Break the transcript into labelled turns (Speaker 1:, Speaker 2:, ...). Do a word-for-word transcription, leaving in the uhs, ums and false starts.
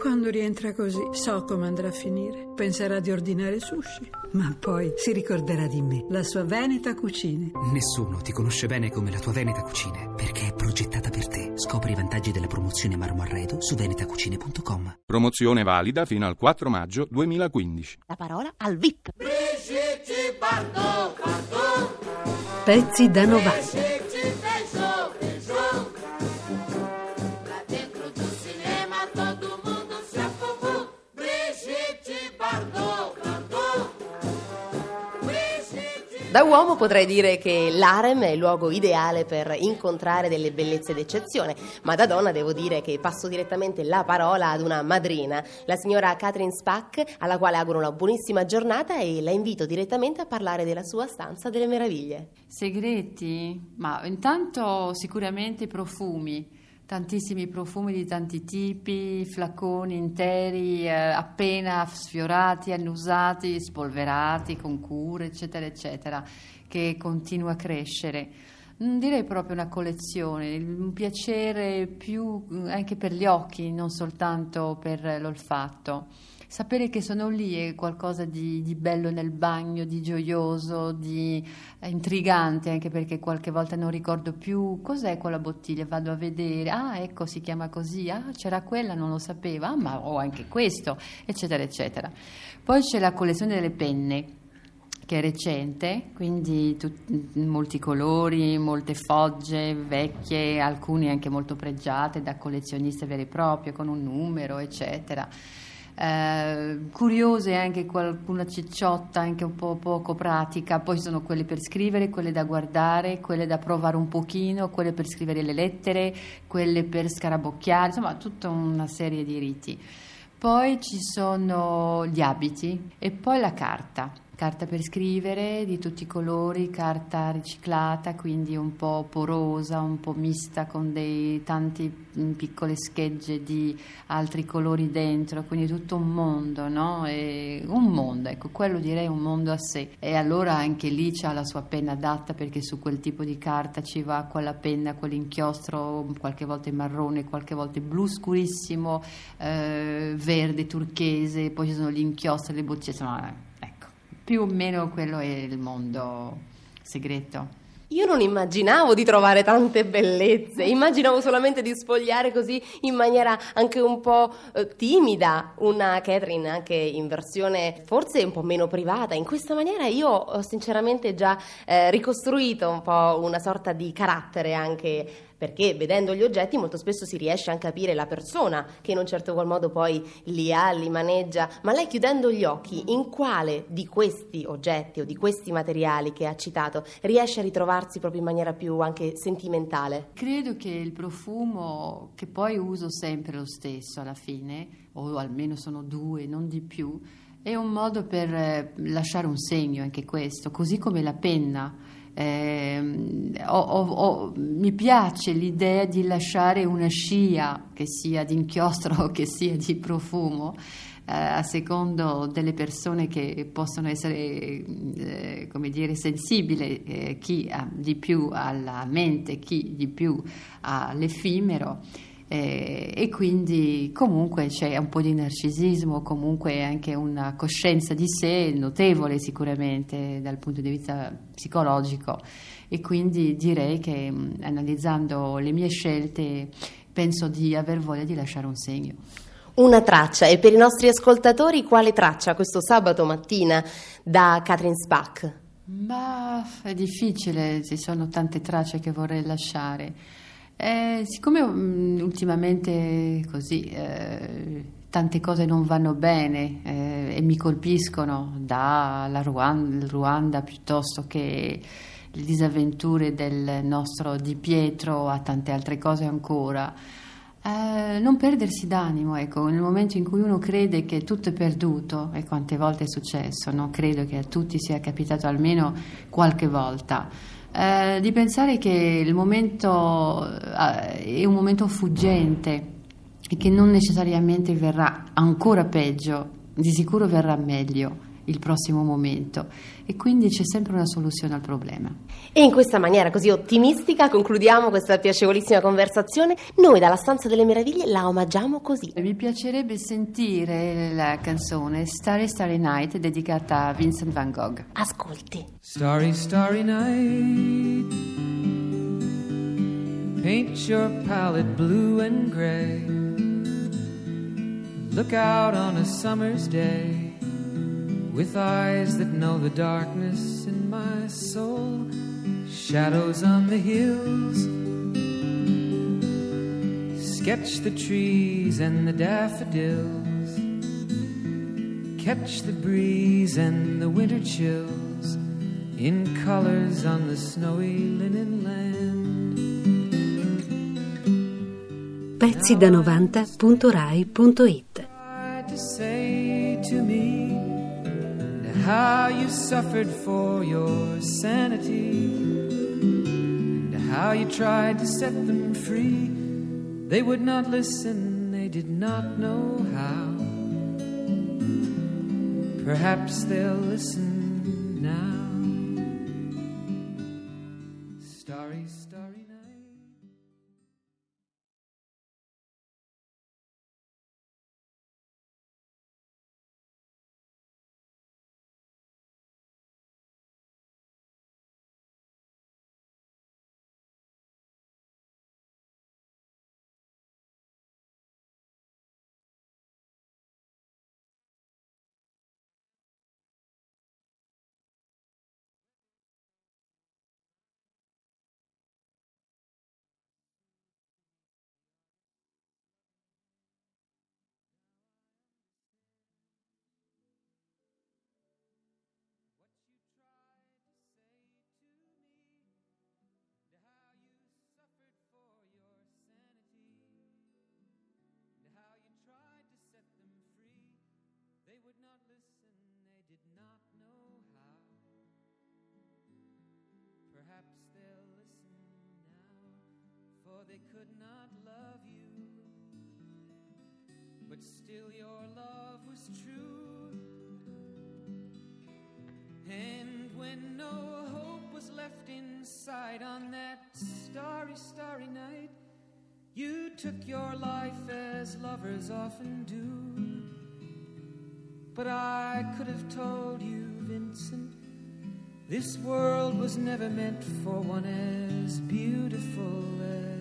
Speaker 1: Quando rientra così, so come andrà a finire. Penserà di ordinare sushi, ma poi si ricorderà di me, la sua Veneta Cucine.
Speaker 2: Nessuno ti conosce bene come la tua Veneta Cucine, perché è progettata per te. Scopri i vantaggi della promozione Marmo Arredo su venetacucine punto com.
Speaker 3: Promozione valida fino al quattro maggio duemilaquindici.
Speaker 4: La parola al V I P.
Speaker 1: Pezzi da novanta.
Speaker 4: Da uomo potrei dire che l'harem è il luogo ideale per incontrare delle bellezze d'eccezione, ma da donna devo dire che passo direttamente la parola ad una madrina, la signora Catherine Spack, alla quale auguro una buonissima giornata e la invito direttamente a parlare della sua stanza delle meraviglie.
Speaker 5: Segreti? Ma intanto sicuramente i profumi. Tantissimi profumi di tanti tipi, flaconi interi, eh, appena sfiorati, annusati, spolverati con cure, eccetera, eccetera, che continua a crescere. Non direi proprio una collezione, un piacere più anche per gli occhi, non soltanto per l'olfatto. Sapere che sono lì è qualcosa di, di bello nel bagno, di gioioso, di eh, intrigante, anche perché qualche volta non ricordo più cos'è quella bottiglia, vado a vedere, ah ecco si chiama così, ah c'era quella, non lo sapevo, ah ma ho anche questo, eccetera, eccetera. Poi c'è la collezione delle penne, che è recente, quindi tut- molti colori, molte fogge vecchie, alcune anche molto pregiate da collezioniste vere e proprie, con un numero, eccetera. Eh, curiose anche qualcuna cicciotta anche un po' poco pratica, poi sono quelle per scrivere, quelle da guardare, quelle da provare un pochino, quelle per scrivere le lettere, quelle per scarabocchiare, insomma tutta una serie di riti. Poi ci sono gli abiti e poi la carta carta per scrivere di tutti i colori, carta riciclata, quindi un po' porosa, un po' mista con dei tanti piccole schegge di altri colori dentro, quindi tutto un mondo, no? E un mondo, ecco, quello direi un mondo a sé. E allora anche lì c'ha la sua penna adatta, perché su quel tipo di carta ci va quella penna, quell'inchiostro, qualche volta in marrone, qualche volta in blu scurissimo, eh, verde, turchese, poi ci sono gli inchiostri, le boccette, insomma, più o meno quello è il mondo segreto.
Speaker 4: Io non immaginavo di trovare tante bellezze, immaginavo solamente di sfogliare così in maniera anche un po' eh, timida una Catherine anche in versione forse un po' meno privata. In questa maniera io ho sinceramente già eh, ricostruito un po' una sorta di carattere, anche perché vedendo gli oggetti molto spesso si riesce anche a capire la persona che in un certo qual modo poi li ha, li maneggia. Ma lei, chiudendo gli occhi, in quale di questi oggetti o di questi materiali che ha citato riesce a ritrovarsi proprio in maniera più anche sentimentale?
Speaker 5: Credo che il profumo, che poi uso sempre lo stesso alla fine, o almeno sono due, non di più, è un modo per eh, lasciare un segno, anche questo, così come la penna. Eh, ho, ho, ho, mi piace l'idea di lasciare una scia, che sia di inchiostro o che sia di profumo, eh, a secondo delle persone che possono essere eh, come dire sensibili, eh, chi ha di più alla mente, chi di più all'effimero. Eh, e quindi comunque c'è un po' di narcisismo, comunque anche una coscienza di sé notevole sicuramente dal punto di vista psicologico, e quindi direi che mh, analizzando le mie scelte penso di aver voglia di lasciare un segno.
Speaker 4: Una traccia, e per i nostri ascoltatori quale traccia questo sabato mattina da Catherine Spack?
Speaker 5: Ma è difficile, ci sono tante tracce che vorrei lasciare. Eh, siccome um, ultimamente così eh, tante cose non vanno bene eh, e mi colpiscono, dalla Ruanda, Ruanda piuttosto che le disavventure del nostro Di Pietro a tante altre cose ancora, eh, non perdersi d'animo, ecco, nel momento in cui uno crede che tutto è perduto, e quante volte è successo, no? Credo che a tutti sia capitato almeno qualche volta. Eh, di pensare che il momento eh, è un momento fuggente e che non necessariamente verrà ancora peggio, di sicuro verrà meglio, il prossimo momento, e quindi c'è sempre una soluzione al problema.
Speaker 4: E in questa maniera così ottimistica concludiamo questa piacevolissima conversazione. Noi dalla Stanza delle Meraviglie la omaggiamo così.
Speaker 5: Mi piacerebbe sentire la canzone Starry Starry Night dedicata a Vincent van Gogh.
Speaker 4: Ascolti.
Speaker 6: Starry, starry night, paint your palette blue and gray. Look out on a summer's day with eyes that know the darkness in my soul. Shadows on the hills, sketch the trees and the daffodils, catch the breeze and the winter chills in colors on the snowy linen land.
Speaker 1: Pezzi da novanta punto rai punto it.
Speaker 6: To say to me how you suffered for your sanity, and how you tried to set them free. They would not listen, they did not know how. Perhaps they'll listen now. Starry, starry night. They would not listen, they did not know how. Perhaps they'll listen now, for they could not love you, but still your love was true. And when no hope was left inside on that starry, starry night, you took your life as lovers often do. But I could have told you, Vincent, this world was never meant for one as beautiful as